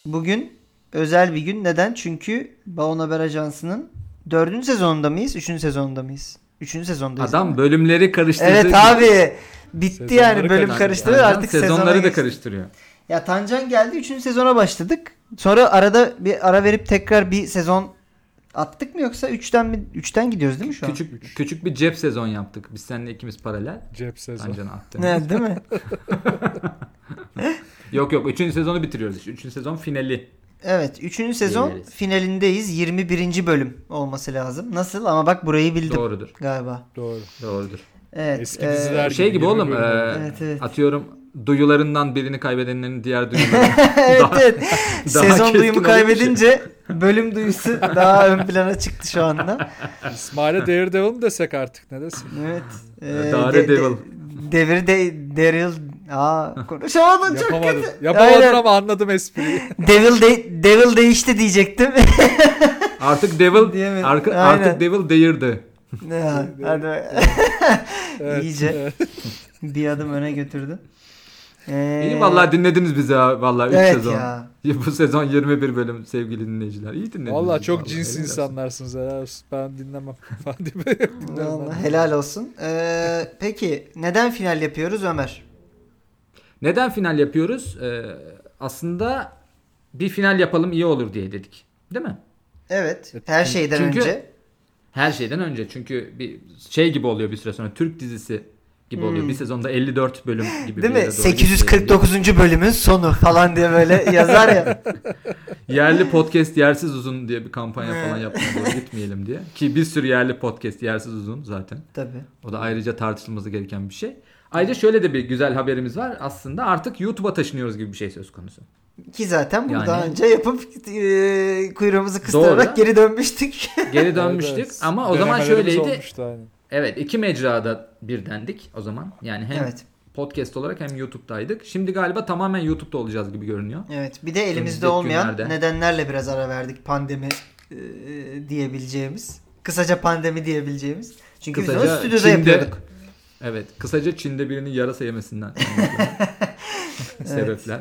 Bugün özel bir gün. Neden? Çünkü Balon Haber Ajansı'nın 4. sezonunda mıyız? 3. sezonunda mıyız? 3. sezondayız değil Adam mi? bölümleri karıştırdı. Evet abi. Bitti Sezonları yani bölüm karıştırıyor. karıştırıyor artık sezonları da geçti. karıştırıyor. Ya Tancan geldi 3. sezona başladık. Sonra arada bir ara verip tekrar bir sezon attık mı yoksa 3'ten gidiyoruz değil mi şu an? Küçük bir cep sezon yaptık. Biz seninle ikimiz paralel. Cep sezon. Tancan'ı attı. Ne değil mi? Yok 3. sezonu bitiriyoruz işte. 3. sezon finali. Evet 3. sezon Diyebiliriz. finalindeyiz. 21. bölüm olması lazım. Nasıl? Ama bak burayı bildim Doğrudur. galiba. Doğrudur. Evet. Eski diziler Şey gibi 20 oğlum. bölüm oldu. Evet. Atıyorum duyularından birini kaybedenlerin diğer duyularından. evet. daha Sezon keskin duyumu olan bir şey. kaybedince bölüm duyusu daha ön plana çıktı şu anda. İsmail'e Daredevil mi desek artık, ne desin? Evet. Daredevil. Daryl. Konuşamadım çok Yapamadım. kötü. Yapamadın Aynen. ama anladım espriyi. Devil değişti diyecektim. Artık Devil Diyemedim. artık Aynen. Devil değirdi. Ya, hadi. Evet, İyice evet. bir adım öne götürdü. İyi vallahi dinlediniz bizi ha. Vallahi 3 Evet sezon. ya. Bu sezon 21 bölüm sevgili dinleyiciler. İyi dinlediniz. Vallahi çok cins helal olsun. insanlarsınız. Helal olsun. Ben dinlemem. Falan dinlerim Vallahi ben. helal olsun. Peki neden final yapıyoruz Ömer? Neden final yapıyoruz? Aslında bir final yapalım iyi olur diye dedik. Değil mi? Evet. Her şeyden Çünkü- önce. Her şeyden önce. Çünkü bir şey gibi oluyor bir süre sonra. Türk dizisi gibi oluyor. Bir sezonda 54 bölüm gibi Değil bir yere mi? doğru 849. bölümün sonu falan diye böyle yazar ya. Yerli podcast yersiz uzun diye bir kampanya falan yapmaya doğru gitmeyelim diye. Ki bir sürü yerli podcast yersiz uzun zaten. Tabii. O da ayrıca tartışılması gereken bir şey. Ayrıca şöyle de bir güzel haberimiz var. Aslında artık YouTube'a taşınıyoruz gibi bir şey söz konusu. Ki zaten bunu Yani- daha önce yapıp kuyruğumuzu kıstırarak Doğru. geri dönmüştük. Geri dönmüştük Evet, evet. ama o zaman Denemelerimiz şöyleydi. olmuştu, aynen. Evet, iki mecrada birdendik o zaman. Yani hem Evet. podcast olarak hem YouTube'daydık. Şimdi galiba tamamen YouTube'da olacağız gibi görünüyor. Evet. Bir de elimizde Önümüzdeki olmayan günlerde. nedenlerle biraz ara verdik pandemi diyebileceğimiz. Kısaca pandemi diyebileceğimiz. Çünkü biz Kısaca onu stüdyoda Çin'de- yapıyorduk. Evet, kısaca Çin'de birinin yarasa yemesinden sebepler.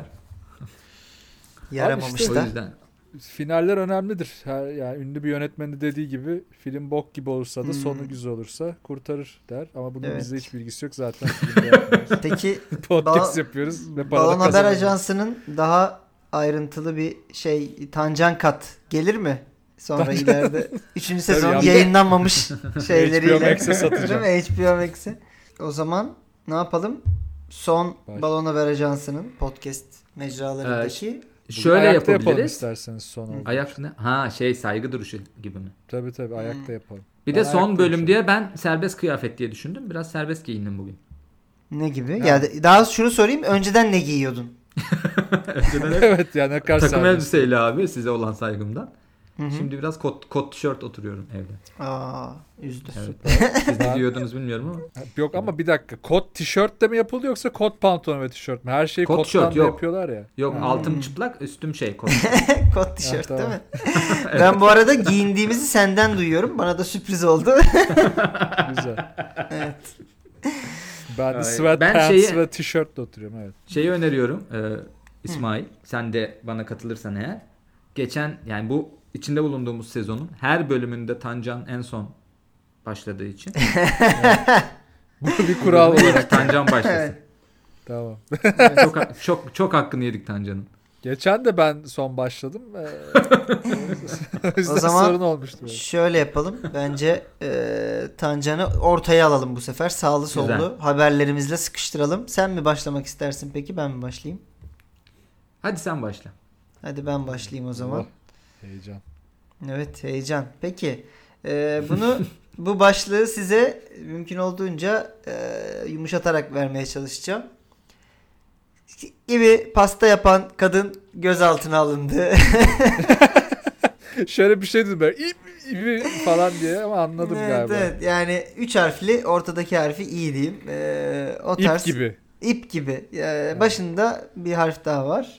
O Yaramamışlar. yüzden Finaller önemlidir. Yani ünlü bir yönetmenin dediği gibi, film bok gibi olursa da sonu güzel olursa kurtarır der. Ama bunun Evet. bizde hiç bilgisi yok zaten. Filmde yapmıyoruz. Peki Podcast yapıyoruz ve para da Balon Haber kazanıyoruz. Ajansı'nın daha ayrıntılı bir Tancan Kat gelir mi? Sonra ileride 3. sezon Tabii, yayınlanmamış şeyleriyle. HBO Max'e satacağım. Değil mi? HBO Max'e. O zaman ne yapalım? Son Baş- Balon Haber Ajansı'nın podcast mecralarındaki Bugün şöyle ayakta yapalım yapabiliriz. isterseniz son olarak. Ayak ne? Ha saygı duruşu gibi mi? Tabii ayakta yapalım. Bir Ben de son ayakta bölüm yaşıyorum. diye ben serbest kıyafet diye düşündüm. Biraz serbest giyindim bugün. ne gibi? Ha. Ya daha şunu sorayım. Önceden ne giyiyordun? Önceden hep Evet yani ne kadar takım serbest. elbiseyle abi size olan saygımdan. Hı hı. Şimdi biraz kot tişört oturuyorum evde. Üzdü. Evet. Siz ne Ben- giyiyordunuz bilmiyorum ama. Yok ama bir dakika. Kot tişört de mi yapıldı yoksa kot pantolon ve tişört mü? Her şeyi Kot kottan tişört da yok. yapıyorlar ya. Yok Ha. altım çıplak üstüm kot. Kot tişört tamam. değil mi? Ben bu arada giyindiğimizi senden duyuyorum. Bana da sürpriz oldu. Güzel. Evet. Ben de Ben sweatpants şeyi- ve tişörtle oturuyorum, evet. Şeyi öneriyorum İsmail. Sen de bana katılırsan eğer. Geçen yani bu içinde bulunduğumuz sezonun her bölümünde Tancan en son başladığı için. Bu bir kural olarak. Tancan başlasın. Evet. Tamam. Çok hakkını yedik Tancan'ın. Geçen de ben son başladım. O yüzden O zaman sorun olmuştu. böyle. şöyle yapalım. Bence Tancan'ı ortaya alalım bu sefer. Sağlı sollu Güzel. haberlerimizle sıkıştıralım. Sen mi başlamak istersin peki? Ben mi başlayayım? Hadi sen başla. Hadi ben başlayayım o zaman. Oh, heyecan. Evet, heyecan. Peki bu başlığı size mümkün olduğunca yumuşatarak vermeye çalışacağım. Gibi pasta yapan kadın gözaltına alındı. Şöyle bir şey dedim böyle İp falan diye ama anladım Evet, galiba. evet. Yani 3 harfli, ortadaki harfi iyi diyeyim. O İp tarz. gibi. İp gibi. Başında bir harf daha var.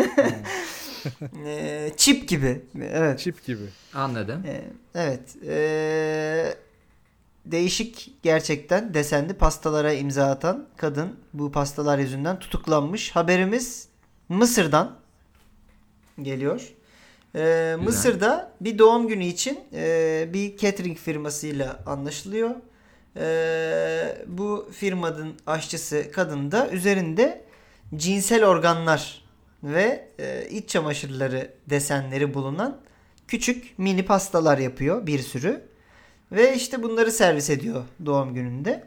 Çip gibi. Evet. Çip gibi. Anladım. Evet. Değişik gerçekten desenli pastalara imza atan kadın bu pastalar yüzünden tutuklanmış. Haberimiz Mısır'dan. geliyor. Mısır'da bir doğum günü için bir catering firmasıyla anlaşılıyor. Bu firmanın aşçısı kadın da üzerinde cinsel organlar ve iç çamaşırları desenleri bulunan küçük mini pastalar yapıyor bir sürü. Ve işte bunları servis ediyor doğum gününde.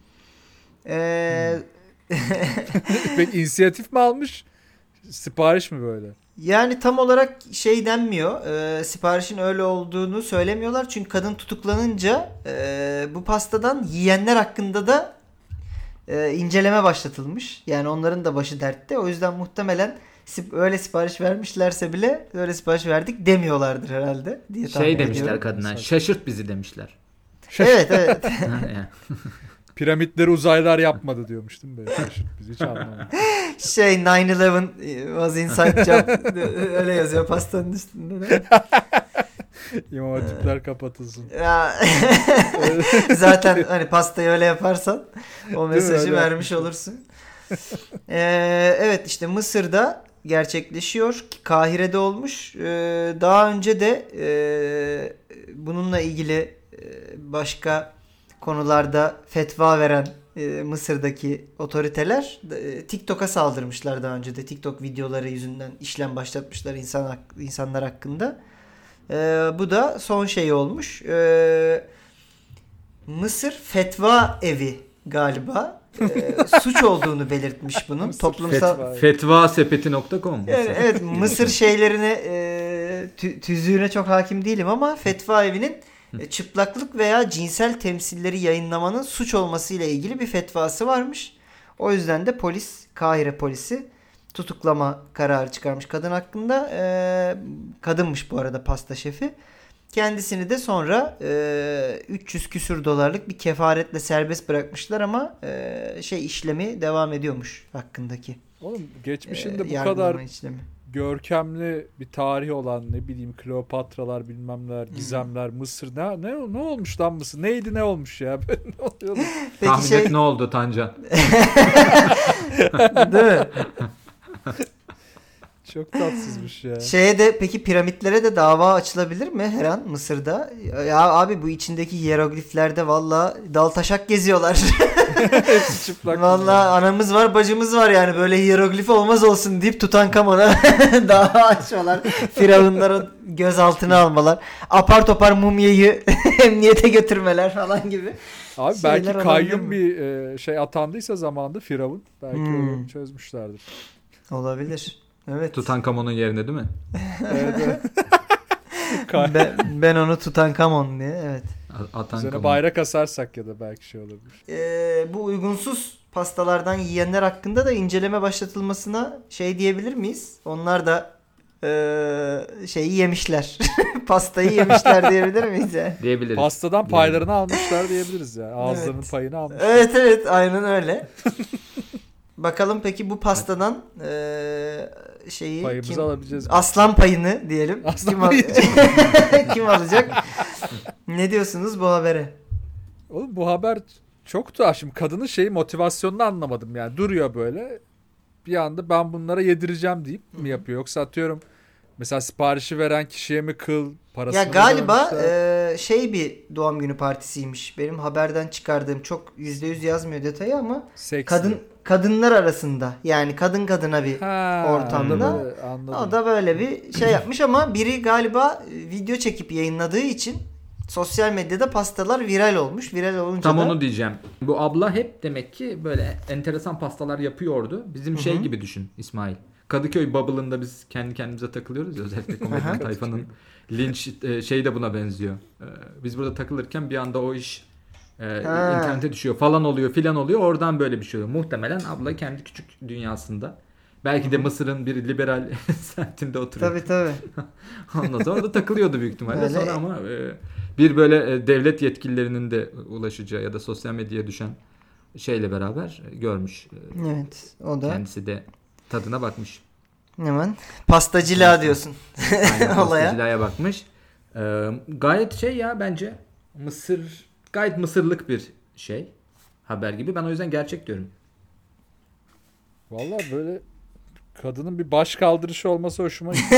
Peki inisiyatif mi almış? Sipariş mi böyle? Yani tam olarak şey denmiyor. Siparişin öyle olduğunu söylemiyorlar. Çünkü kadın tutuklanınca bu pastadan yiyenler hakkında da inceleme başlatılmış. Yani onların da başı dertte. O yüzden muhtemelen öyle sipariş vermişlerse bile öyle sipariş verdik demiyorlardır herhalde diye tahmin Şey ediyorum. demişler kadına. Şaşırt bizi demişler. Evet evet. Yani. Piramitleri uzaylılar yapmadı diyormuştum böyle. Şaşırt bizi hiç anlamadım. 9/11 was inside job öyle yazıyor pastanın üstünde de. İmam Hatipler kapatılsın. Ya, zaten hani pastayı öyle yaparsan o mesajı Öyle vermiş olursun. Evet işte Mısır'da gerçekleşiyor. Kahire'de olmuş. Daha önce de bununla ilgili başka konularda fetva veren Mısır'daki otoriteler TikTok'a saldırmışlar daha önce de. TikTok videoları yüzünden işlem başlatmışlar insanlar hakkında. Bu da son şey olmuş. Mısır Fetva Evi galiba suç olduğunu belirtmiş bunun. Toplumsal Fetvasepeti.com. evet Mısır şeylerine tüzüğüne çok hakim değilim ama Fetva Evi'nin çıplaklık veya cinsel temsilleri yayınlamanın suç olması ile ilgili bir fetvası varmış. O yüzden de Kahire polisi tutuklama kararı çıkarmış kadın hakkında. Kadınmış bu arada pasta şefi. Kendisini de sonra 300 küsür dolarlık bir kefaretle serbest bırakmışlar ama işlemi devam ediyormuş hakkındaki. Oğlum geçmişinde bu yargılama kadar işlemi. görkemli bir tarihi olan ne bileyim Kleopatralar bilmem neler, gizemler, Mısır ne olmuş lan Mısır? Neydi ne olmuş ya? Ne oluyor lan? Peki Tahmin et ne oldu Tancan? Değil mi? Çok tatsızmış ya. Peki piramitlere de dava açılabilir mi her an Mısır'da? Ya abi bu içindeki hierogliflerde valla dal taşak geziyorlar. Hepsi çıplak. Valla anamız var bacımız var yani böyle hieroglif olmaz olsun deyip Tutankamon'a dava açmalar. Firavunların gözaltına almalar. Apar topar mumyayı emniyete götürmeler falan gibi. Abi şeyler belki olabilir kayyum mi? bir şey atandıysa zamanında Firavun. Belki öyle çözmüşlerdir. Olabilir. Evet. Tutankamon'un yerine değil mi? Evet. Ben onu Tutankamon diye evet. Üzerine Atankamon. bayrak asarsak ya da belki şey olabilir. Bu uygunsuz pastalardan yiyenler hakkında da inceleme başlatılmasına diyebilir miyiz? Onlar da şeyi yemişler. Pastayı yemişler diyebilir miyiz yani? Diyebiliriz. Pastadan paylarını almışlar diyebiliriz ya. Ağızlarının Evet. payını almışlar. Evet aynen öyle. Bakalım peki bu pastadan Payımızı alabileceğiz mi? aslan payını diyelim. Aslan Kim, kim alacak? Ne diyorsunuz bu habere? Oğlum bu haber çok tuhaf. Şimdi kadının motivasyonunu anlamadım yani. Duruyor böyle. Bir anda ben bunlara yedireceğim deyip mi yapıyor? Yoksa atıyorum mesela siparişi veren kişiye mi parasını Ya mı galiba vermişler? bir doğum günü partisiymiş. Benim haberden çıkardığım çok %100 yazmıyor detayı ama Seksli. kadınlar arasında yani kadın kadına bir ortamda. Anladım. O da böyle bir şey yapmış ama biri galiba video çekip yayınladığı için sosyal medyada pastalar viral olmuş. Viral olunca Tam da onu diyeceğim. Bu abla hep demek ki böyle enteresan pastalar yapıyordu. Bizim şey gibi düşün İsmail. Kadıköy Bubble'ında biz kendi kendimize takılıyoruz ya özellikle komedyen tayfanın linç de buna benziyor. Biz burada takılırken bir anda o iş internete düşüyor falan oluyor filan oluyor. Oradan böyle bir şey oluyor. Muhtemelen abla kendi küçük dünyasında. Belki de Mısır'ın bir liberal semtinde oturuyor. Tabii. Ondan sonra orada takılıyordu büyük ihtimalle. Öyle. Sonra ama bir böyle devlet yetkililerinin de ulaşacağı ya da sosyal medyaya düşen şeyle beraber görmüş. Evet. O da Kendisi de tadına bakmış. hemen pastacılığa diyorsun. Aynen Olaya. pastacılığa bakmış. Gayet ya bence gayet Mısırlık bir haber gibi. Ben o yüzden gerçek diyorum. Vallahi böyle Kadının bir baş kaldırışı olması hoşuma gitti.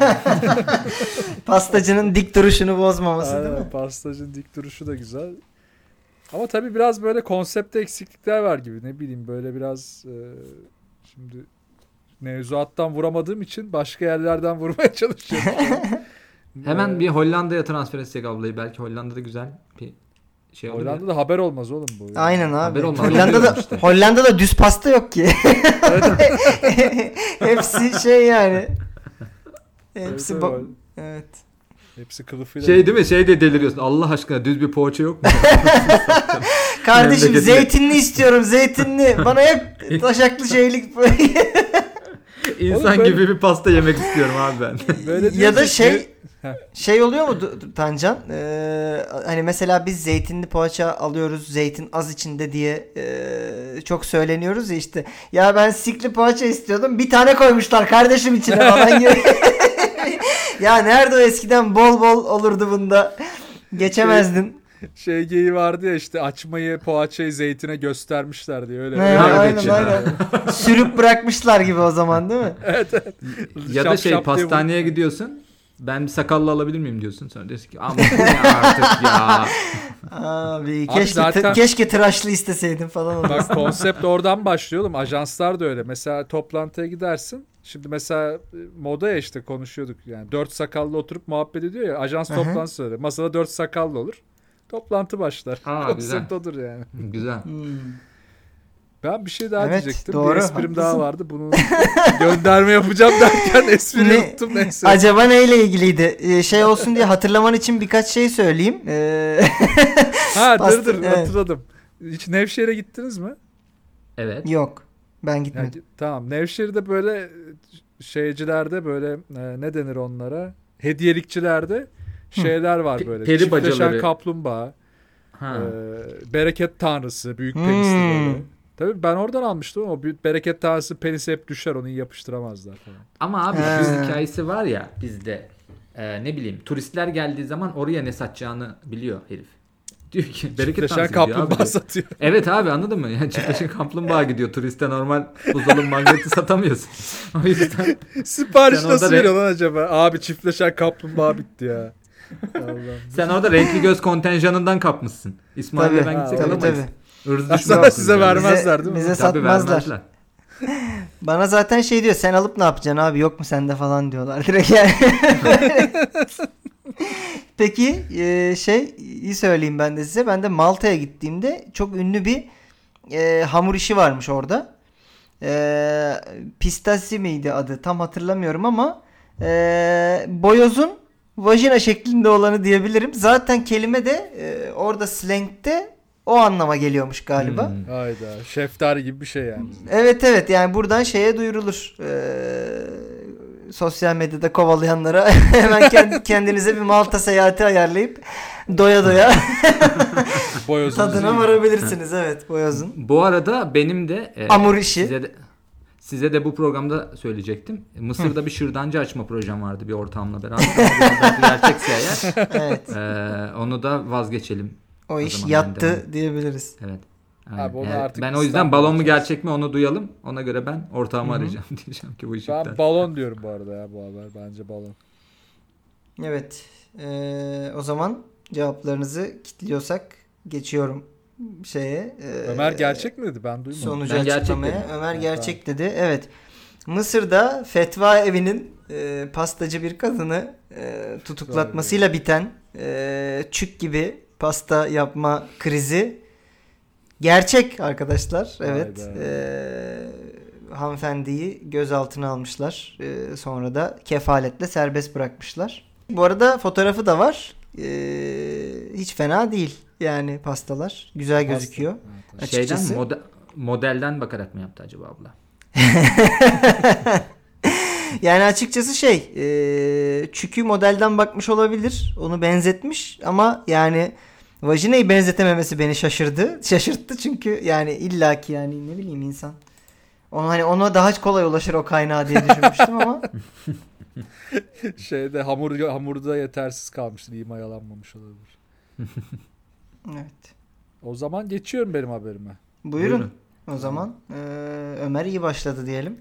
Pastacının dik duruşunu bozmaması değil mi? Aynen, pastacının dik duruşu da güzel. Ama tabii biraz böyle konsepte eksiklikler var gibi. Ne bileyim böyle biraz şimdi mevzuattan vuramadığım için başka yerlerden vurmaya çalışıyorum. Hemen bir Hollanda'ya transfer etsek ablayı. Belki Hollanda'da güzel bir şey olur. Hollanda'da haber olmaz oğlum bu. Aynen abi. Haber olmaz. Hollanda'da İşte. Hollanda'da düz pasta yok ki. Hepsi şey yani. Hepsi Evet, evet. hepsi kılıfıyla. Şey değil mi? Şey de deliriyorsun. Allah aşkına düz bir poğaça yok mu? Kardeşim Memleketine. zeytinli istiyorum, zeytinli. Bana hep taşaklı şeylik. İnsan Oğlum böyle- gibi bir pasta yemek istiyorum abi ben. Böyle Ya da diyorsun ki- şey oluyor mu Tancan? Hani mesela biz zeytinli poğaça alıyoruz, zeytin az içinde diye çok söyleniyoruz ya işte. Ya ben sikli poğaça istiyordum, bir tane koymuşlar kardeşim içine falan gibi. Ya nerede o eskiden bol bol olurdu bunda. Geçemezdin. Şey geyiği vardı ya işte açmayı poğaçayı zeytine göstermişler diye öyle. He, öyle aynen geçiyor. aynen. Sürüp bırakmışlar gibi o zaman değil mi? Evet. Ya da Şap şey şap diye pastaneye gidiyorsun. Ben bir sakallı alabilir miyim diyorsun. Sonra diyorsun ki ama bu ne artık ya. Abi Abi zaten- keşke tıraşlı isteseydim falan oldu. Bak konsept oradan başlıyor oğlum. Ajanslar da öyle. Mesela toplantıya gidersin. Şimdi mesela moda ya işte konuşuyorduk yani. 4 sakallı oturup muhabbet ediyor ya. Ajans Hı hı. toplantısı öyle. Masada 4 sakallı olur. Toplantı başlar. Aa, Konsept güzel. odur yani. Güzel. Ben bir şey daha Evet, diyecektim. doğru, Bir esprim haklısın. daha vardı. Bunu gönderme yapacağım derken espriyi Ne? unuttum. Neyse. Acaba neyle ilgiliydi? Şey olsun diye hatırlaman için birkaç şey söyleyeyim. Ha Pasta- dur evet. hatırladım. Hiç Nevşehir'e gittiniz mi? Evet. Yok. Ben Yani, gitmedim. tamam. Nevşehir'de böyle şeycilerde böyle ne denir onlara? Hediyelikçilerde şeyler var böyle. Peri Çiftleşen bacaları. kaplumbağa, Ha. bereket tanrısı, büyük penisli Hmm. böyle. Tabii ben oradan almıştım ama büyük bereket tanrısı penisi hep düşer onu iyi yapıştıramazlar falan. Ama abi He. şu hikayesi var ya bizde. Ne bileyim turistler geldiği zaman oraya ne satacağını biliyor herif. Diyor ki bereket Çiftleşen tanrısı diyor abi. kaplumbağa diyor. satıyor. Evet abi anladın mı? Yani çiftleşen kaplumbağa gidiyor. Turiste normal buzdolabı magneti satamıyorsun. O yüzden Sipariş Sen orada nasıl veriyor lan acaba? Abi çiftleşen kaplumbağa bitti ya. Allah'ım. sen orada renkli göz kontenjanından kapmışsın. İsmail'le Tabii, ben gitsek tabii, alamayız. tabii. Irz Sana düşmanı size yani. vermezler değil mi? Bize Tabii satmazlar. vermezler. Bana zaten şey diyor, sen alıp ne yapacaksın abi, yok mu sende falan diyorlar direkt yani. Peki iyi söyleyeyim ben de size. Ben de Malta'ya gittiğimde çok ünlü bir hamur işi varmış orada. Pistasi miydi adı, tam hatırlamıyorum ama boyozun vajina şeklinde olanı diyebilirim. Zaten kelime de orada slang'de o anlama geliyormuş galiba. Hmm. Hayda. Şeftali gibi bir şey yani. Evet yani buradan şeye duyurulur. Sosyal medyada kovalayanlara hemen kendinize bir Malta seyahati ayarlayıp doya doya Boyozun tadına varabilirsiniz. Evet, boyozun. Bu arada benim de Hamur işi. size de bu programda söyleyecektim. Mısır'da bir şırdancı açma projem vardı bir ortağımla beraber. Ama gerçekse eğer Evet. onu da vazgeçelim. O iş zaman yattı ben de- diyebiliriz. Evet. Abi onu Yani artık ben o yüzden İstanbul'da balon mu yapacağız. gerçek mi onu duyalım. Ona göre ben ortağımı Hı hı. arayacağım. Diyeceğim ki bu iş Ben iptal. balon diyorum bu arada ya bu haber. Bence balon. Evet. O zaman cevaplarınızı kilitliyorsak geçiyorum şeye. Ömer gerçek mi dedi? Ben duymadım. Sonucu Ben gerçek açıklamaya. dedim. Ömer Ha, gerçek dedi. Evet. Mısır'da fetva evinin pastacı bir kadını tutuklatmasıyla biten çük gibi pasta yapma krizi gerçek arkadaşlar. Evet. Hanımefendiyi gözaltına almışlar. Sonra da kefaletle serbest bırakmışlar. Bu arada fotoğrafı da var. Hiç fena değil. Yani pastalar. Güzel Pasta. gözüküyor. Evet, Şeyden açıkçası. modelden bakarak mı yaptı acaba abla? Yani açıkçası çükü modelden bakmış olabilir. Onu benzetmiş ama yani vajinayı benzetememesi beni şaşırttı çünkü yani illaki yani ne bileyim insan. Ona daha kolay ulaşır o kaynağa diye düşünmüştüm ama. Şeyde hamurda yetersiz kalmıştır. İyi mayalanmamış olabilir. Evet. O zaman geçiyorum benim haberime. Buyurun. O zaman Ömer iyi başladı diyelim.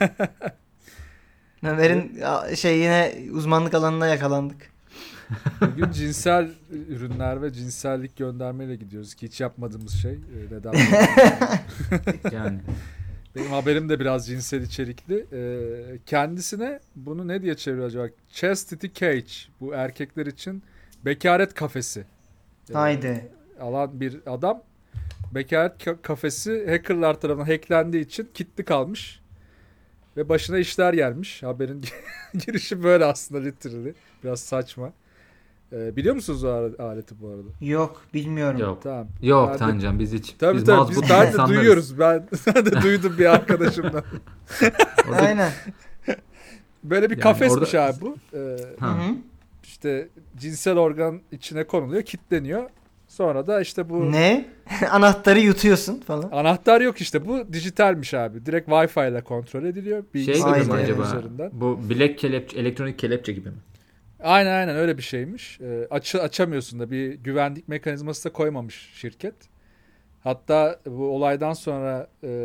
Ömer'in yine uzmanlık alanına yakalandık. Bugün cinsel ürünler ve cinsellik göndermeyle gidiyoruz ki hiç yapmadığımız şey. Neden? Yani. Benim haberim de biraz cinsel içerikli. Kendisine bunu ne diye çeviriyor acaba? Chastity Cage. Bu erkekler için bekaret kafesi. Haydi. Alan bir adam. Bekaret kafesi hackerlar tarafından hacklendiği için kilitli kalmış. Ve başına işler gelmiş. Haberin girişi böyle aslında literally. Biraz saçma. Biliyor musunuz o aleti bu arada? Yok, bilmiyorum. Yok. Tamam. Yok Ben de- Tancan biz hiç. Tabii biz tabii mazbut biz ben de insanlarız. duyuyoruz. Ben de duydum bir arkadaşımdan. Orada- Aynen. Böyle bir Yani kafesmiş orada- abi bu. Ha. Hı-hı. İşte cinsel organ içine konuluyor, kilitleniyor. Sonra da işte bu Ne? Anahtarı yutuyorsun falan. anahtar yok işte. Bu dijitalmiş abi. Direkt Wi-Fi ile kontrol ediliyor. Şey Haydi. gibi mi acaba? üzerinden. Bu bilek kelepçe, elektronik kelepçe gibi mi? Aynen öyle bir şeymiş. Açamıyorsun da bir güvenlik mekanizması da koymamış şirket. Hatta bu olaydan sonra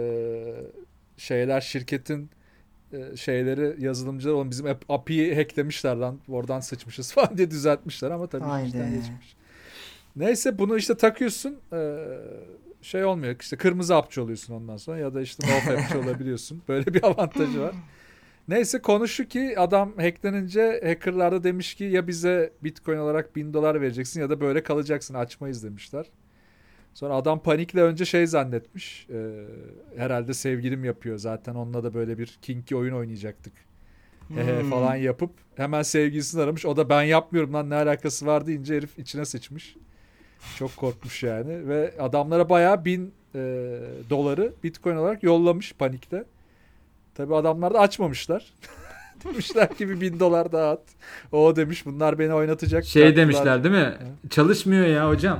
şirketin şeyleri yazılımcılar oğlum bizim API'yi hacklemişler lan oradan sıçmışız falan diye düzeltmişler ama tabii Haydi. işten geçmiş. Neyse bunu işte takıyorsun şey olmuyor işte kırmızı hapçı oluyorsun ondan sonra ya da işte no hapçı olabiliyorsun. Böyle bir avantajı var. Neyse konu şu ki adam hacklenince hackerlar da demiş ki ya bize Bitcoin olarak $1000 vereceksin ya da böyle kalacaksın açmayız demişler. Sonra adam panikle önce şey zannetmiş. Herhalde sevgilim yapıyor zaten onunla da böyle bir kinky oyun oynayacaktık. Falan yapıp hemen sevgilisini aramış. O da ben yapmıyorum lan ne alakası var deyince herif içine sıçmış. Çok korkmuş yani. Ve adamlara bayağı $1000 Bitcoin olarak yollamış panikte. Tabii adamlar da açmamışlar. Demişler ki bir $1000 daha at. O demiş bunlar beni oynatacak. Şey Taktılar. demişler değil mi? Çalışmıyor ya hocam.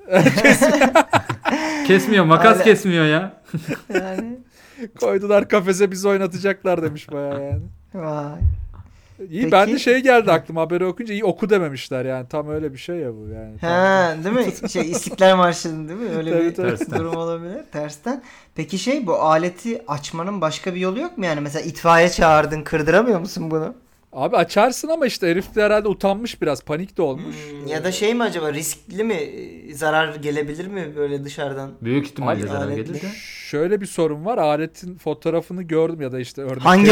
Kesmiyor makas Hala- kesmiyor ya. Yani. Koydular kafese bizi oynatacaklar demiş bayağı yani. Vay. İyi Peki. ben de şey geldi aklıma haberi okuyunca iyi oku dememişler yani tam öyle bir şey ya bu yani. Ha, değil mi? İstiklal Marşı'nın değil mi? Öyle Tabii, bir tabii. Tersten. durum olabilir. Tersten. Peki bu aleti açmanın başka bir yolu yok mu? Yani mesela itfaiye çağırdın, kırdıramıyor musun bunu? Abi açarsın ama işte herif de herhalde utanmış biraz panik de olmuş. Ya da mi acaba riskli mi? Zarar gelebilir mi böyle dışarıdan? Büyük ihtimalle Hayır, zarar aletle. gelir de. Şöyle bir sorun var aletin fotoğrafını gördüm ya da işte örnek Hangi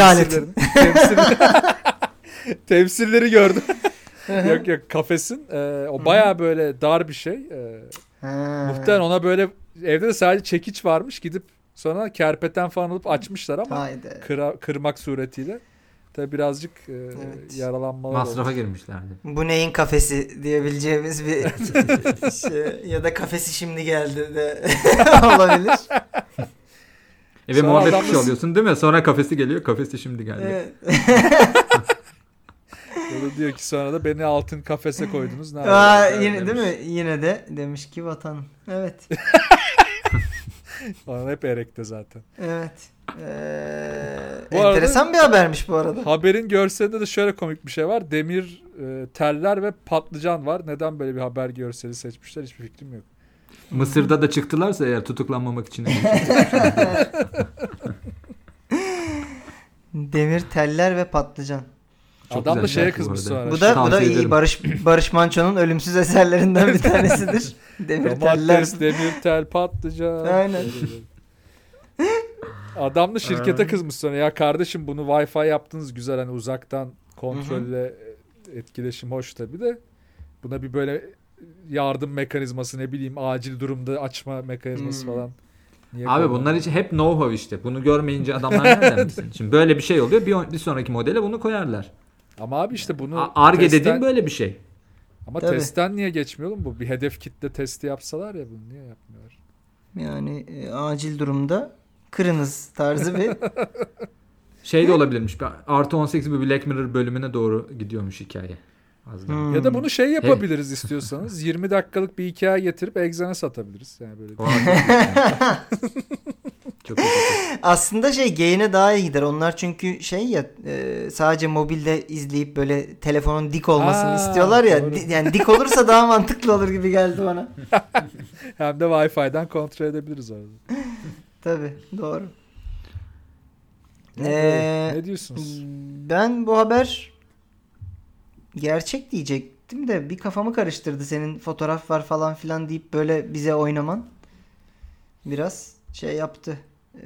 temsilleri gördüm. yok kafesin o baya böyle dar bir şey. Muhtemelen ona böyle evde de sadece çekiç varmış gidip sonra kerpeten falan alıp açmışlar ama Haydi. kırmak suretiyle. Tabi birazcık Evet. yaralanmalar Masrafa oldu. girmişlerdi. Bu neyin kafesi diyebileceğimiz bir şey. Ya da kafesi şimdi geldi de olabilir. Eve Sonra muhabbet adam kuşu alıyorsun değil mi? Sonra kafesi geliyor. Kafesi şimdi geldi. Evet. Ya da diyor ki sonra da beni altın kafese koydunuz. Ne Aa, yapayım? yine değil mi? Yine de demiş ki vatanım. Evet. Bana hep erekte zaten. Evet. Bu arada- Enteresan bir habermiş bu arada. Haberin görselinde de şöyle komik bir şey var. Demir teller ve patlıcan var. Neden böyle bir haber görseli seçmişler hiçbir fikrim yok. Mısır'da da çıktılarsa eğer tutuklanmamak için. Demir teller ve patlıcan. Çok Adam da güzel şeye şarkı bu kızmış arada. sonra. Bu da Tavsiye iyi ederim. Barış Manço'nun ölümsüz eserlerinden bir tanesidir. Demir teller. Domates, demir tel, patlıcan. Aynen. Adam da şirkete kızmış sonra. Ya kardeşim bunu Wi-Fi yaptınız güzel hani uzaktan kontrolle etkileşim hoş tabii de. Buna bir böyle yardım mekanizması ne bileyim acil durumda açma mekanizması falan. Niye Abi koymadın? bunlar için hep know-how işte. Bunu görmeyince adamlar nereden bilsin? Şimdi böyle bir şey oluyor. Bir sonraki modele bunu koyarlar. Ama abi işte bunu Ar-Ge testten- dediğim böyle bir şey. Ama Tabii. testten niye geçmiyor oğlum bu? Bir hedef kitle testi yapsalar ya bunu niye yapmıyorlar? Yani acil durumda kırınız tarzı bir. Şey de olabilirmiş. Artı 18 bir Black Mirror bölümüne doğru gidiyormuş hikaye. Az daha. Hmm. Ya da bunu şey yapabiliriz istiyorsanız. 20 dakikalık bir hikaye getirip Exxen'e satabiliriz. Yani böyle. O an- Çok iyi. Aslında gayine daha iyi gider. Onlar çünkü sadece mobilde izleyip böyle telefonun dik olmasını Aa, istiyorlar ya. doğru. Yani dik olursa daha mantıklı olur gibi geldi bana. Hem de Wi-Fi'den kontrol edebiliriz orada. Tabii doğru. Ne diyorsunuz? Ben bu haber gerçek diyecektim de bir kafamı karıştırdı. Senin fotoğraf var falan filan deyip böyle bize oynaman. Biraz şey yaptı.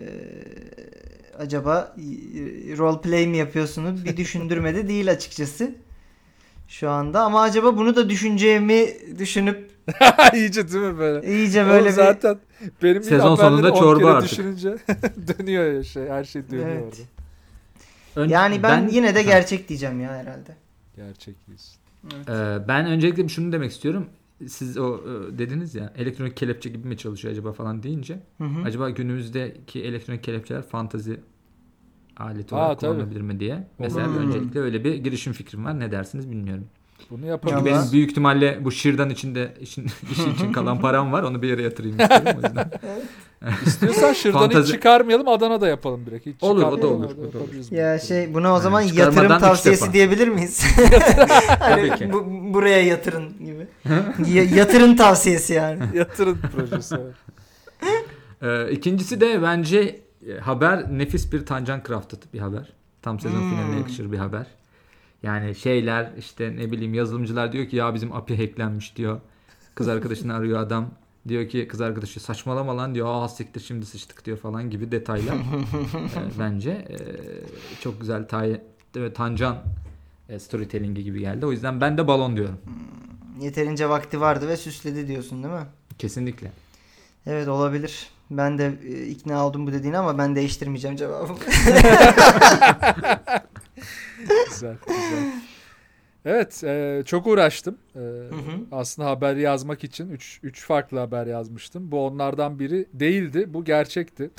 Acaba role play mi yapıyorsunuz? Bir düşündürmedi değil açıkçası. Şu anda ama acaba bunu da düşüneceğimi düşünüp İyice değil mi böyle? iyice böyle Oğlum zaten benim Sezon sonunda çorba artık. düşününce dönüyor ya her şey dönüyor Evet. orada. yani ben yine de gerçek diyeceğim ya herhalde. Gerçekliyiz. Evet. Ben öncelikle şunu demek istiyorum. Siz o dediniz ya elektronik kelepçe gibi mi çalışıyor acaba falan deyince. Hı. Acaba günümüzdeki elektronik kelepçeler fantazi aleti olarak tabii. kullanılabilir mi diye. Mesela öncelikle öyle bir girişim fikrim var. Ne dersiniz bilmiyorum. Bunu Çünkü yapalım. Ama- benim büyük ihtimalle bu şırdan içinde işi için kalan param var. Onu bir yere yatırayım istiyorum o yüzden. İstiyorsan şırdanı hiç Fantazi- çıkarmayalım, Adana'da yapalım direkt. Hiç Olur, o da çıkarmayalım, olur, orada o da olur. yapabiliriz Ya bunu. buna o zaman çıkarmadan yatırım üç tavsiyesi defa. diyebilir miyiz? Hani Tabii ki. buraya yatırın gibi. Yatırım tavsiyesi yani. Yatırım projesi. Evet. İkincisi de bence haber nefis bir Tancan Crafted bir haber. Tam sezon finaline yakışır bir haber. Yani şeyler işte ne bileyim yazılımcılar diyor ki ya bizim API hacklenmiş diyor. Kız arkadaşını arıyor adam. Diyor ki kız arkadaşı saçmalama lan diyor. Aa siktir şimdi sıçtık diyor falan gibi detaylar. Bence çok güzel Tancan storytelling'i gibi geldi. O yüzden ben de balon diyorum. Yeterince vakti vardı ve süsledi diyorsun değil mi? Kesinlikle. Evet olabilir. Ben de ikna oldum bu dediğine ama ben değiştirmeyeceğim cevabımı. Güzel, güzel. Evet, çok uğraştım. Aslında haber yazmak için 3 farklı haber yazmıştım. Bu onlardan biri değildi, bu gerçekti.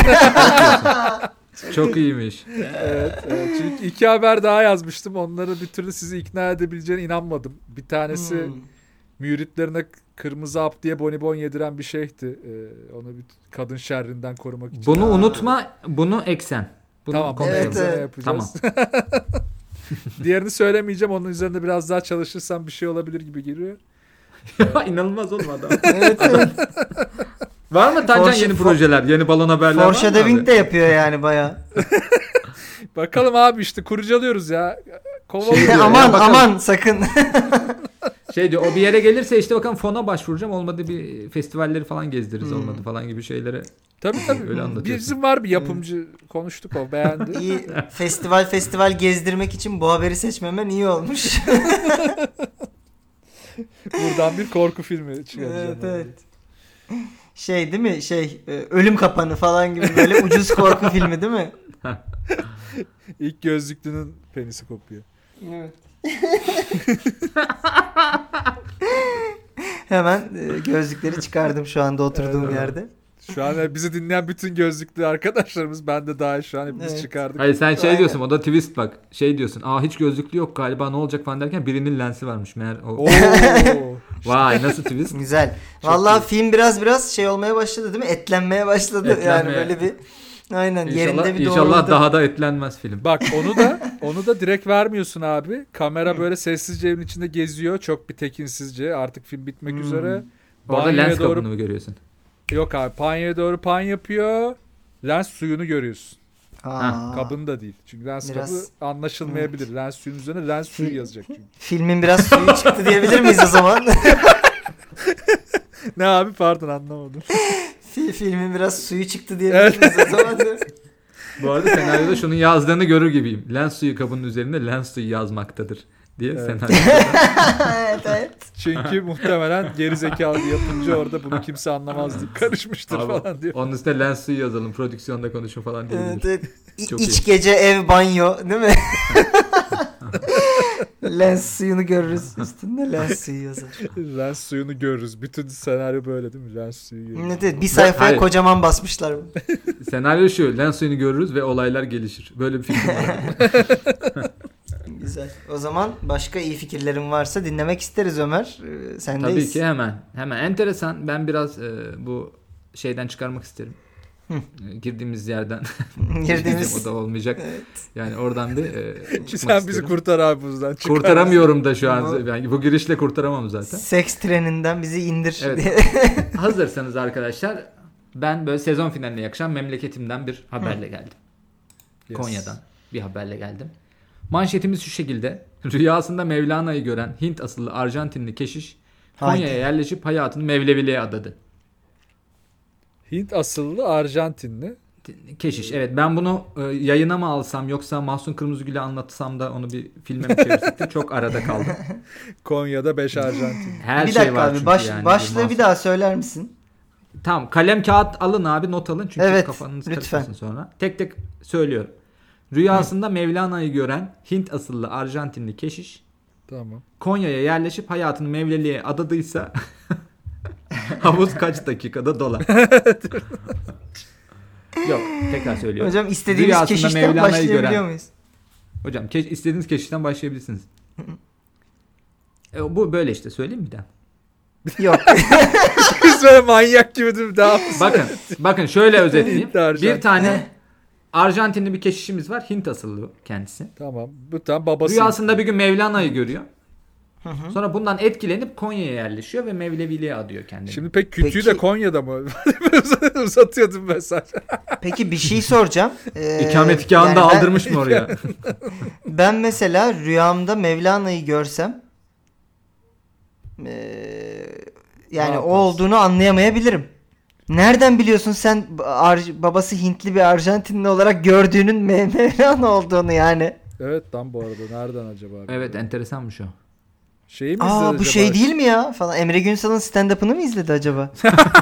Çok iyiymiş. Evet, çünkü 2 haber daha yazmıştım. Onları bir türlü sizi ikna edebileceğine inanmadım. Bir tanesi müritlerine kırmızı hap diye bonibon yediren bir şeyhti. Onu bir kadın şerrinden korumak için. Bunu unutma, bunu eksen. Bunu Tamam, konuşalım. evet, evet, evet. yapacağız. Tamam. Diğerini söylemeyeceğim. Onun üzerinde biraz daha çalışırsam bir şey olabilir gibi geliyor. İnanılmaz oğlum adam. Evet. Var mı Tancan Forş- yeni projeler, yeni balon haberler var mı Foreshadowing abi? de yapıyor yani baya. Bakalım abi işte kurcalıyoruz ya. Kovalıyoruz. diyor ya, aman bakalım. aman sakın. Şey diyor o bir yere gelirse işte bakalım fona başvuracağım. Olmadı bir festivalleri falan gezdiririz olmadı falan gibi şeylere. Tabii. Öyle anlatıyorsun. Bizim var bir yapımcı konuştuk o beğendi. İyi festival gezdirmek için bu haberi seçmemen iyi olmuş. Buradan bir korku filmi çıkaracağım. Evet. Şey değil mi? Ölüm Kapanı falan gibi böyle ucuz korku filmi değil mi? İlk gözlüklünün penisi kopuyor. Evet. Hemen gözlükleri çıkardım şu anda oturduğum Evet. yerde. Şu an bizi dinleyen bütün gözlüklü arkadaşlarımız ben de dahil şu an hepimiz Evet. çıkardık. Hayır sen Aynen. diyorsun o da twist bak. Şey diyorsun hiç gözlüklü yok galiba ne olacak falan derken birinin lensi varmış meğer. Oo. Vay nasıl twist? Güzel. Vallahi film biraz şey olmaya başladı değil mi? Etlenmeye başladı. Yani Etlenmeye. böyle bir aynen İnşallah, yerinde bir inşallah doğrultu. daha da etlenmez film. Bak onu da direkt vermiyorsun abi. Kamera böyle sessizce evin içinde geziyor. Çok bir tekinsizce. Artık film bitmek üzere. Orada Banyoya lens doğru- kabını mı görüyorsun? Yok abi banyoya doğru pan yapıyor. Lens suyunu görüyorsun. Aa, Kabını da değil. Çünkü lens Biraz- kabı anlaşılmayabilir. Lens suyun üzerine lens suyu yazacak çünkü. filmin biraz suyu çıktı diyebilir miyiz o zaman? Ne abi pardon anlamadım. Filmin biraz suyu çıktı diyebilir miyiz o zaman? Bu arada senaryoda şunun yazdığını görür gibiyim. Lens suyu kabının üzerinde lens suyu yazmaktadır diye Evet. senaryo. evet. Çünkü muhtemelen gerizekalı bir yapımcı orada bunu kimse anlamaz deyip karışmıştır Abi, falan diyor. onun üstüne lens suyu yazalım prodüksiyonda konuşun falan diyebilir. Evet, evet. Çok İç iyi. gece ev banyo değil mi? Lens suyunu görürüz. Üstünde lens suyu yazar. Lens suyunu görürüz. Bütün senaryo böyle değil mi? Lens suyu görürüz. Bir sayfaya Hayır. kocaman basmışlar. Senaryo şu lens suyunu görürüz ve olaylar gelişir. Böyle bir film var. Güzel. O zaman başka iyi fikirlerin varsa dinlemek isteriz Ömer. Sendeyiz. Tabii ki hemen. Enteresan. Ben biraz bu şeyden çıkarmak isterim. Girdiğimiz yerden. Girdiğimiz. O da olmayacak. Evet. Yani oradan bir çıkmak Sen bizi isterim. kurtar abi buzdan. Çıkar. Kurtaramıyorum da şu an. Bu- Yani bu girişle kurtaramam zaten. Seks treninden bizi indir. Evet. Hazırsanız arkadaşlar Ben böyle sezon finaline yakışan memleketimden bir haberle geldim. Yes. Konya'dan bir haberle geldim. Manşetimiz şu şekilde. Rüyasında Mevlana'yı gören Hint asıllı Arjantinli keşiş Konya'ya Haydi. yerleşip hayatını Mevleviliğe adadı. Hint asıllı Arjantinli. Keşiş. Evet, ben bunu yayına mı alsam yoksa Mahsun Kırmızıgül'e anlatsam da onu bir filme mi çevirsek de çok arada kaldım. Konya'da 5 Arjantin. Her Bir şey dakika var abi çünkü yani. başlığı bir daha söyler misin? Tamam, kalem kağıt alın abi, not alın çünkü Evet, kafanız lütfen. karışmasın sonra. Tek tek söylüyorum. Rüyasında Mevlana'yı gören Hint asıllı Arjantinli keşiş Tamam. Konya'ya yerleşip hayatını Mevleliğe adadıysa havuz kaç dakikada dolar? Yok, tekrar söylüyorum. Hocam istediğimiz Rüyasında keşişten Mevlana'yı başlayabiliyor gören- muyuz? Hocam istediğiniz keşişten başlayabilirsiniz. Bu böyle işte, söyleyeyim mi bir daha? Yok. Biz böyle manyak gibi değil mi? Daha Bakın şöyle özetleyeyim. Hint Arjantin. Bir tane Arjantinli bir keşişimiz var. Hint asıllı kendisi. Tamam. Bu tam babası. Rüyasında bir gün Mevlana'yı görüyor. Sonra bundan etkilenip Konya'ya yerleşiyor ve Mevleviliğe adıyor kendini. Şimdi pek kütüğü Peki- de Konya'da mı? Uzatıyordum mesaj. Peki bir şey soracağım. İkametgahını yani da aldırmış mı oraya? Ben mesela rüyamda Mevlana'yı görsem yani o yaparsın? olduğunu anlayamayabilirim. Nereden biliyorsun sen babası Hintli bir Arjantinli olarak gördüğünün Mevlana olduğunu yani? Evet lan bu arada. Nereden acaba? Evet, enteresanmış o. Şeyi mi izledi Bu acaba? şey değil mi ya falan. Emre Günsal'ın stand-up'ını mı izledi acaba?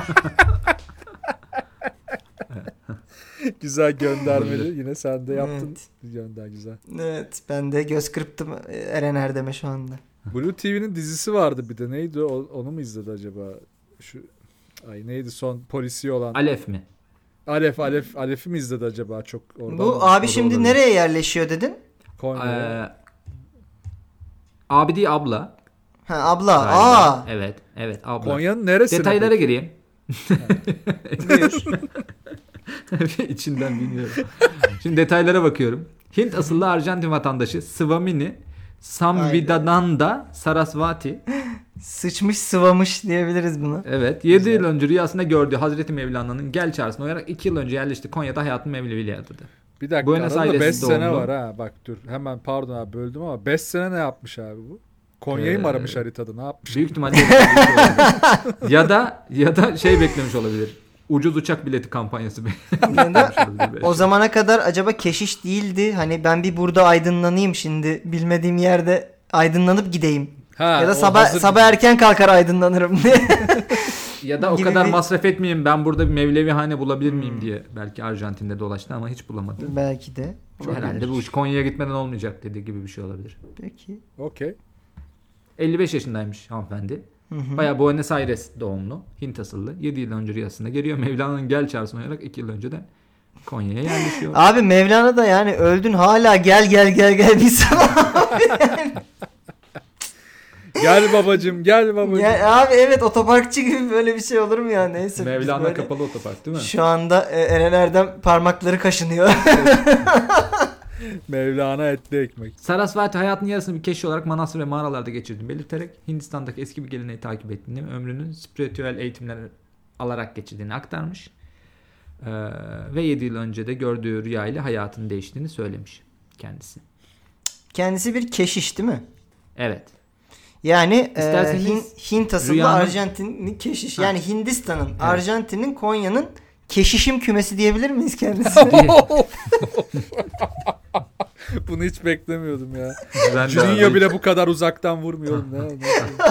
Güzel göndermeli. Yine sen de yaptın. Evet. Gönder güzel. Evet, ben de göz kırptım Eren Erdem'e şu anda. Blue TV'nin dizisi vardı bir de. Neydi o? Onu mu izledi acaba? Neydi son polisi olan? Alef mi? Alef'i mi izledi acaba çok oradan? Bu mı? abi da şimdi olabilir. nereye yerleşiyor dedin? Konya'ya. Abi değil, abla. Ha, abla. Galiba. Evet abla. Konya'nın neresine? Detaylara peki? gireyim. Buyur. İçinden bilmiyorum. Şimdi detaylara bakıyorum. Hint asıllı Arjantin vatandaşı Swamini Samvidananda Sarasvati. Sıçmış sıvamış diyebiliriz buna. Evet. 7 yıl önce rüyasında gördüğü Hazreti Mevlana'nın gel çağrısına uyarak 2 yıl önce yerleşti. Konya'da hayatını Mevleviliğe adadı. Bir dakika. Buenos arada 5 Aires'te sene doğumlu. var ha. Bak dur. Hemen pardon abi böldüm ama 5 sene ne yapmış abi bu? Konya'yı mı aramış haritada? Ne yapmış? Büyük ihtimalle ya da şey beklemiş olabilir. Ucuz uçak bileti kampanyası beklemiş. O zamana kadar acaba keşiş değildi. Hani ben bir burada aydınlanayım şimdi. Bilmediğim yerde aydınlanıp gideyim. Ha, Ya da o sabah hazır- erken kalkar aydınlanırım diye. Ya da o gibi kadar bir- masraf etmeyeyim, ben burada bir Mevlevihane bulabilir miyim diye belki Arjantin'de dolaştı ama hiç bulamadı. Belki de. Herhalde bu iş Konya'ya gitmeden olmayacak dediği gibi bir şey olabilir. Peki. Okey. 55 yaşındaymış hanımefendi. Bayağı Buenos Aires doğumlu. Hint asıllı. 7 yıl önce rüyasında geliyor. Mevlana'nın gel çağrısına uyarak 2 yıl önce de Konya'ya yerleşiyor. Abi Mevlana da yani öldün hala gel bir sana. Gel babacım gel babacım. Ya, abi evet otoparkçı gibi böyle bir şey olur mu ya neyse. biz Mevlana böyle- kapalı otopark değil mi? Şu anda Eren Erdem parmakları kaşınıyor. Mevlana etli ekmek. Sarasvati hayatının yarısını bir keşiş olarak manastır ve mağaralarda geçirdiğini belirterek Hindistan'daki eski bir geleneği takip ettiğini ve ömrünün spiritüel eğitimler alarak geçirdiğini aktarmış. Ve 7 yıl önce de gördüğü rüya ile hayatının değiştiğini söylemiş kendisi. Kendisi bir keşiş değil mi? Evet. Yani İsterseniz Hint asıllı rüyanın- Arjantinli keşiş. Ha. Yani Hindistan'ın, Evet. Arjantin'in, Konya'nın keşişim kümesi diyebilir miyiz kendisi? Bunu hiç beklemiyordum ya. Ben de Juninho abi- bile bu kadar uzaktan vurmuyor oğlum. Ne?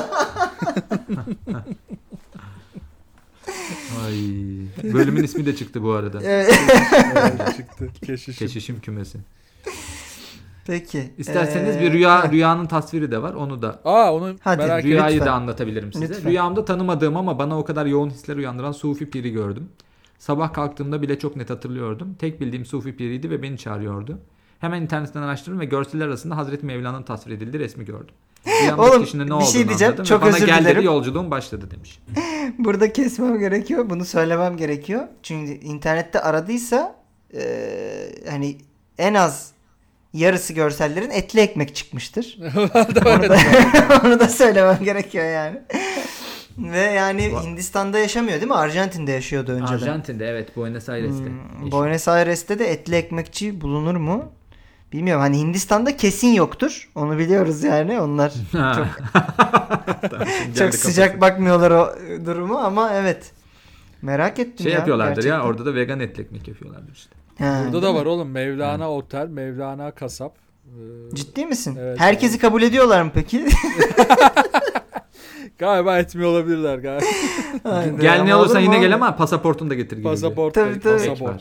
Ay. Bölümün ismi de çıktı bu arada. Evet. Evet, çıktı. Keşişim. Keşişim kümesi. Peki. İsterseniz bir rüyanın tasviri de var. Onu da Onu Hadi, merak ettim. rüyayı lütfen. da anlatabilirim size. Lütfen. Rüyamda tanımadığım ama bana o kadar yoğun hisler uyandıran Sufi piri gördüm. Sabah kalktığımda bile çok net hatırlıyordum. Tek bildiğim Sufi piriydi ve beni çağırıyordu. Hemen internetten araştırdım ve görseller arasında Hazreti Mevlana'nın tasvir edildiği resmi gördüm. Rüyamdaki Oğlum, kişinin ne bir olduğunu şey diyeceğim. anladım ve Çok bana özür gel dilerim. dedi, yolculuğum başladı demiş. Burada kesmem gerekiyor. Bunu söylemem gerekiyor. Çünkü internette aradıysa hani en az yarısı görsellerin etli ekmek çıkmıştır. onu da söylemem gerekiyor yani. Ve yani Hindistan'da yaşamıyor değil mi? Arjantin'de yaşıyordu önceden. Arjantin'de, evet, Buenos Aires'te. Buenos Aires'te de etli ekmekçi bulunur mu? Bilmiyorum. Hani Hindistan'da kesin yoktur. Onu biliyoruz yani. Onlar çok sıcak bakmıyorlar o durumu ama evet. Merak ettim şey ya. yapıyorlardır gerçekten. ya, orada da vegan etli ekmek yapıyorlardır işte. Burada da var oğlum. Mevlana Otel, Mevlana Kasap. Ciddi misin? Evet, Herkesi kabul ediyorlar mı peki? Galiba etmiyor olabilirler galiba. Gel ne Ama olursa olur mu yine gel abi? ama pasaportunu da getir gibi. Pasaport. Tabii, tabii. Pasaport.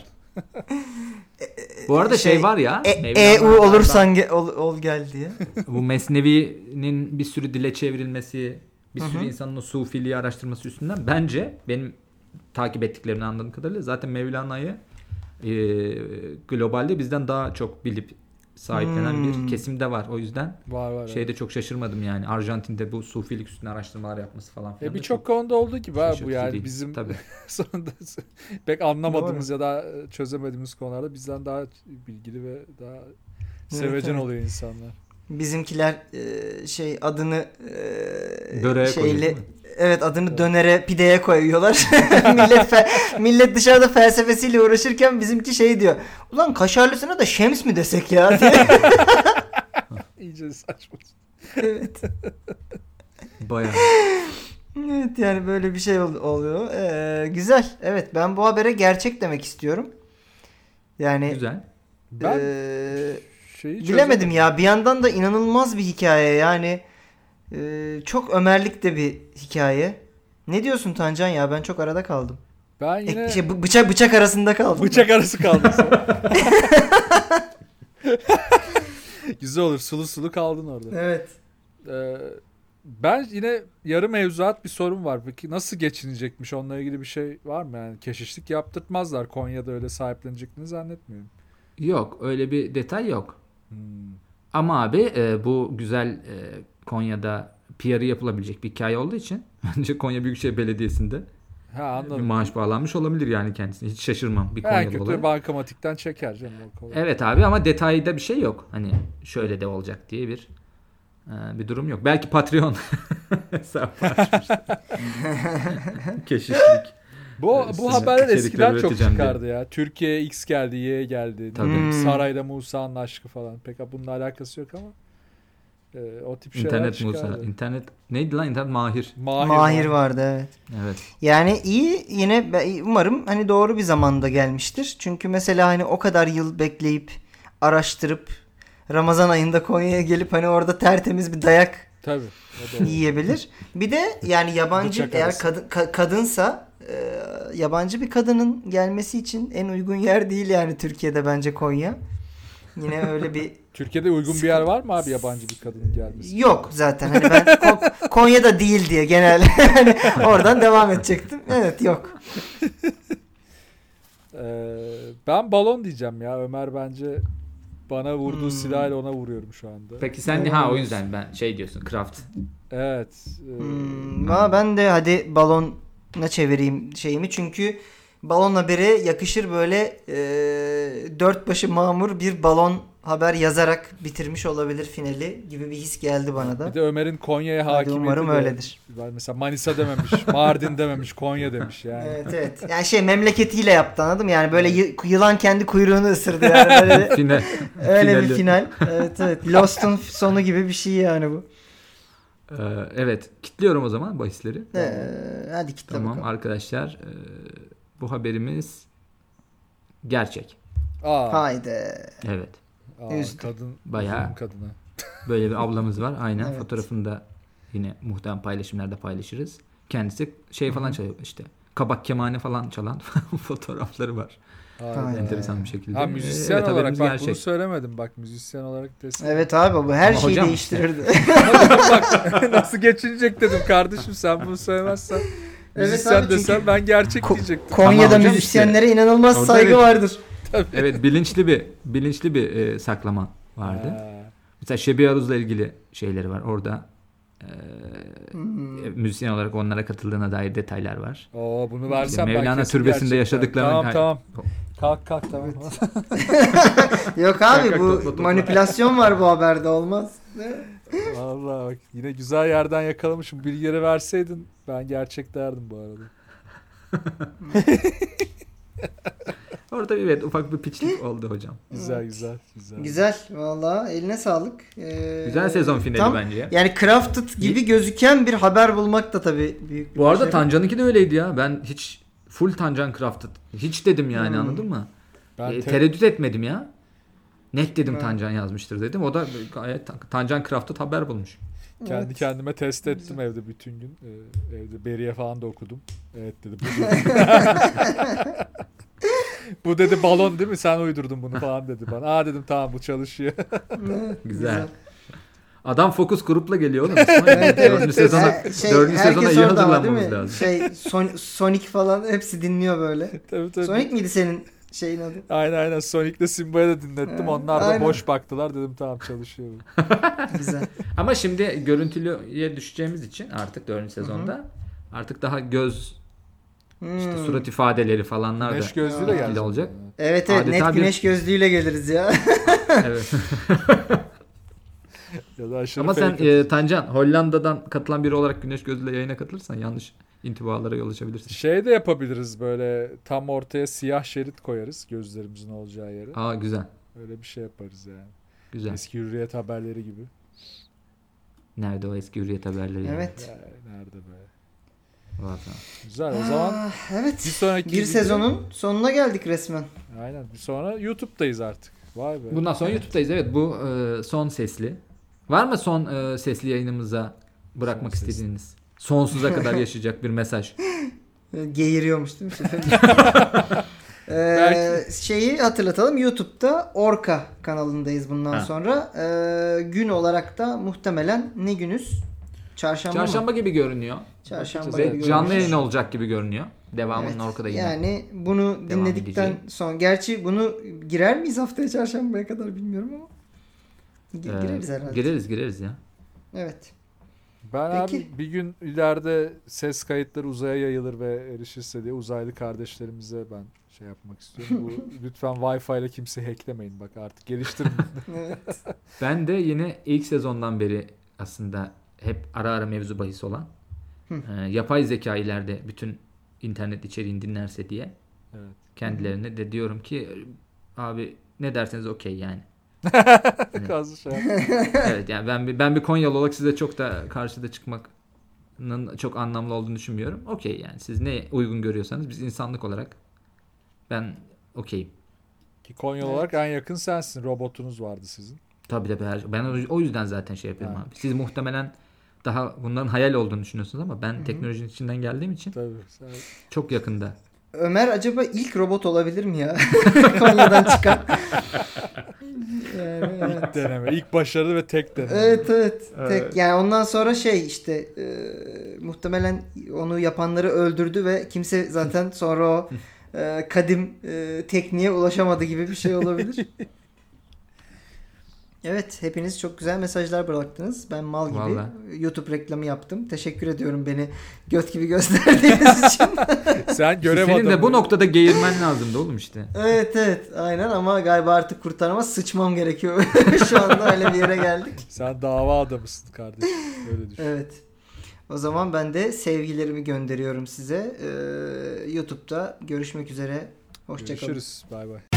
Bu arada şey var ya. EU olursan ol gel diye. Bu Mesnevi'nin bir sürü dile çevrilmesi, bir sürü insanın o sufiliği araştırması üstünden bence benim takip ettiklerini anladığım kadarıyla zaten Mevlana'yı globalde bizden daha çok bilip sahiplenen bir kesim de var. O yüzden Var. şeyde çok şaşırmadım yani. Arjantin'de bu sufilik üstüne araştırmalar yapması falan filan. Birçok konuda olduğu gibi ha bu yani değil. bizim Tabii. sonunda pek anlamadığımız ya da çözemediğimiz konularda bizden daha bilgili ve daha sevecen oluyor insanlar. Bizimkiler adını Böreğe koyuyor, değil mi? evet, adını dönere, pideye koyuyorlar. millet dışarıda felsefesiyle uğraşırken bizimki şey diyor. Ulan kaşarlısına da Şems mi desek ya diye. İyice saçma. Evet. Bayağı. Evet, yani böyle bir şey oluyor. Güzel. Evet, ben bu habere gerçek demek istiyorum. Yani Güzel. Ben bilemedim ya. Bir yandan da inanılmaz bir hikaye. Yani çok Ömerlik de bir hikaye. Ne diyorsun Tancan ya? Ben çok arada kaldım. Ben yine Bıçak arasında kaldım. bıçak arası kaldım. Güzel olur. Sulu sulu kaldın orada. Evet. Ben yine yarı mevzuat bir sorun var. Peki nasıl geçinecekmiş? Onunla ilgili bir şey var mı? Yani keşişlik yaptırtmazlar. Konya'da öyle sahipleneceklerini zannetmiyorum. Yok, öyle bir detay yok. Ama abi bu güzel Konya'da PR'ı yapılabilecek bir hikaye olduğu için bence Konya Büyükşehir Belediyesi'nde Ha, anladım. bir maaş bağlanmış olabilir yani kendisine. Hiç şaşırmam bir En Konyalı kötü olarak. bankamatikten çeker canım. O kolay. Evet abi, ama detayda bir şey yok. Hani şöyle de olacak diye bir durum yok. Belki Patreon hesabı açmışlar. Keşişlik. Bu haberler içerikleri eskiden çok üreteceğim çıkardı ya. Türkiye'ye X geldi, Y geldi. Tabii. Sarayda Musa'nın aşkı falan. Pek bununla alakası yok ama o tip şeyler İnternet çıkardı. Musa. İnternet neydi lan? İnternet Mahir. Mahir vardı, evet. Evet. Yani iyi, yine umarım hani doğru bir zamanda gelmiştir. Çünkü mesela hani o kadar yıl bekleyip araştırıp Ramazan ayında Konya'ya gelip hani orada tertemiz bir dayak Tabii. O da yiyebilir. Bir de yani yabancı, Bıçak eğer arası. kadınsa yabancı bir kadının gelmesi için en uygun yer değil yani Türkiye'de bence Konya. Yine öyle bir Türkiye'de uygun bir yer var mı abi yabancı bir kadının gelmesi? yok zaten. Hani ben Konya'da değil diye genel hani oradan devam edecektim. Evet, yok. Ben balon diyeceğim ya. Ömer bence bana vurduğu silahla ona vuruyorum şu anda. Peki sen o yüzden ben şey diyorsun, craft. Evet. Ama ben de hadi balona çevireyim şeyimi, çünkü balon habere yakışır, böyle dört başı mamur bir balon haber yazarak bitirmiş olabilir finali gibi bir his geldi bana da. Bir de Ömer'in Konya'ya Hadi hakimiyeti umarım de öyledir. var. Mesela Manisa dememiş, Mardin dememiş, Konya demiş yani. Evet. Yani memleketiyle yaptı, anladım. Yani böyle yılan kendi kuyruğunu ısırdı yani. Böyle, öyle bir final. Evet. Lost'un sonu gibi bir şey yani bu. Evet. Kitliyorum o zaman bahisleri. Hadi kitle Tamam bakalım. arkadaşlar. Bu haberimiz gerçek. Haydi. Evet. Kadın. Bayağı. Üzüldüm kadına. Böyle bir ablamız var. Aynen. Evet. Fotoğrafını da yine muhtemelen paylaşımlarda paylaşırız. Kendisi şey falan çalıyor işte. Kabak kemane falan çalan fotoğrafları var. Haydi. Enteresan bir şekilde. Ha, müzisyen Evet, olarak haberimiz bak gerçek. bunu söylemedim. Bak müzisyen olarak desin. Evet abi, bu her Ama şeyi hocam değiştirirdi. Bak nasıl geçinecek dedim kardeşim, sen bunu söylemezsen. Evet Müzisyen abi, desem çünkü ben gerçek diyecektim. Konya'da Ama hocam müzisyenlere inanılmaz orada saygı evet. vardır. Evet, bilinçli bir saklama vardı. Mesela Şebi Aruz'la ilgili şeyleri var. Orada müzisyen olarak onlara katıldığına dair detaylar var. Bunu versem Mevlana ben kesin Türbesi'nde gerçekten. yaşadıklarını Tamam. Kalk tamam. Yok abi Kalk, bu topla, topla. manipülasyon var bu haberde, olmaz. Vallahi bak yine güzel yerden yakalamışım. Bilgileri verseydin ben gerçek derdim bu arada. Orada evet ufak bir piçlik oldu hocam. Güzel. Güzel valla, eline sağlık. Güzel sezon finali tam, bence ya. Yani Crafted gibi gözüken bir haber bulmak da tabii büyük bir Bu arada başarı. Tancan'ınki de öyleydi ya. Ben hiç full Tancan Crafted. Hiç dedim yani anladın mı? Ben Tereddüt etmedim ya. Net dedim Ha. Tancan yazmıştır dedim. O da gayet Tancan Crafted haber bulmuş. kendi Evet. kendime test ettim evde bütün gün. Evde Beriye falan da okudum. Evet dedi. Bu dedi balon değil mi? Sen uydurdun bunu falan dedi bana. Aa dedim tamam bu çalışıyor. Evet, Güzel. Adam fokus grupla geliyor oğlum. İsmail. Evet, Dördüncü evet. sezona, dördüncü herkes sezona iyi orada ama değil hazırlanmamız mi? lazım. Sonic falan hepsi dinliyor böyle. tabii. Sonic miydi senin şeyin adı? Aynen. Sonic'le Simba'ya da dinlettim. Ha, Onlar da aynen. boş baktılar. Dedim tamam çalışıyor. Güzel. Ama şimdi görüntülüye düşeceğimiz için artık 4. sezonda artık daha göz işte surat ifadeleri falanlar Güneş da gözlüğüyle etkili geldi. olacak. Evet Adeta net bir- güneş gözlüğüyle geliriz ya. Evet. Ya da aşırı Ama sen fake Tancan Hollanda'dan katılan biri olarak güneş gözlüğüyle yayına katılırsan yanlış intibalara yol açabilirsin. Şey de yapabiliriz böyle tam ortaya siyah şerit koyarız gözlerimizin olacağı yere. Aa güzel. Öyle bir şey yaparız yani. Güzel. Eski hürriyet haberleri gibi. Nerede o eski hürriyet haberleri? Evet. Ya, nerede be? Vallahi. Güzel o zaman Evet. bir sonraki Bir video- sezonun sonuna geldik resmen. Aynen bir sonra YouTube'dayız artık. Vay be. Bundan sonra YouTube'dayız. Evet bu son sesli. Var mı son sesli yayınımıza bırakmak Son sesli. istediğiniz? Sonsuza kadar yaşayacak bir mesaj. Geğiriyormuş değil mi? Belki. Şeyi hatırlatalım. YouTube'da Orka kanalındayız bundan Ha. sonra. Gün olarak da muhtemelen ne günüz? Çarşamba mı? Çarşamba gibi görünüyor. Çarşamba Ve gibi canlı görünüyor. yayın olacak gibi görünüyor. Devamının Evet, orkada yine. yani bunu dinledikten edeceği. sonra, gerçi bunu girer miyiz haftaya çarşambaya kadar bilmiyorum ama gireriz herhalde. Gireriz ya. Evet. Ben Peki. abi bir gün ileride ses kayıtları uzaya yayılır ve erişirse diye uzaylı kardeşlerimize ben şey yapmak istiyorum. Bu lütfen Wi-Fi ile kimse hacklemeyin bak artık geliştirmeyin. Evet. Ben de yine ilk sezondan beri aslında hep ara ara mevzu bahis olan yapay zeka ileride bütün internet içeriğini dinlerse diye Evet. kendilerine de diyorum ki abi ne derseniz okey yani. Kazı şey. Evet yani ben bir Konyalı olarak size çok da karşıda çıkmanın çok anlamlı olduğunu düşünmüyorum. Okey yani siz ne uygun görüyorsanız biz insanlık olarak ben okeyim. Ki Konyalı olarak en yakın sensin. Robotunuz vardı sizin. Tabii ben o yüzden zaten şey yapıyorum Ha. abi. Siz muhtemelen daha bunların hayal olduğunu düşünüyorsunuz ama ben teknolojinin içinden geldiğim için Tabii. Sen... çok yakında. Ömer acaba ilk robot olabilir mi ya? Konya'dan çıkan. Yani, evet. İlk deneme. İlk başarılı ve tek deneme. Evet. Tek, yani ondan sonra şey işte muhtemelen onu yapanları öldürdü ve kimse zaten sonra o kadim tekniğe ulaşamadı gibi bir şey olabilir. Evet, hepiniz çok güzel mesajlar bıraktınız. Ben mal gibi Vallahi. YouTube reklamı yaptım. Teşekkür ediyorum beni göt gibi gösterdiğiniz için. Sen görev Senin de adamı. bu noktada geğirmen lazımdı oğlum işte. Evet aynen, ama galiba artık kurtaramaz, sıçmam gerekiyor. Şu anda öyle bir yere geldik. Sen dava adamısın kardeşim. Öyle düşün. Evet. O zaman ben de sevgilerimi gönderiyorum size. YouTube'da görüşmek üzere. Hoşça kalın. Görüşürüz. Bay bay.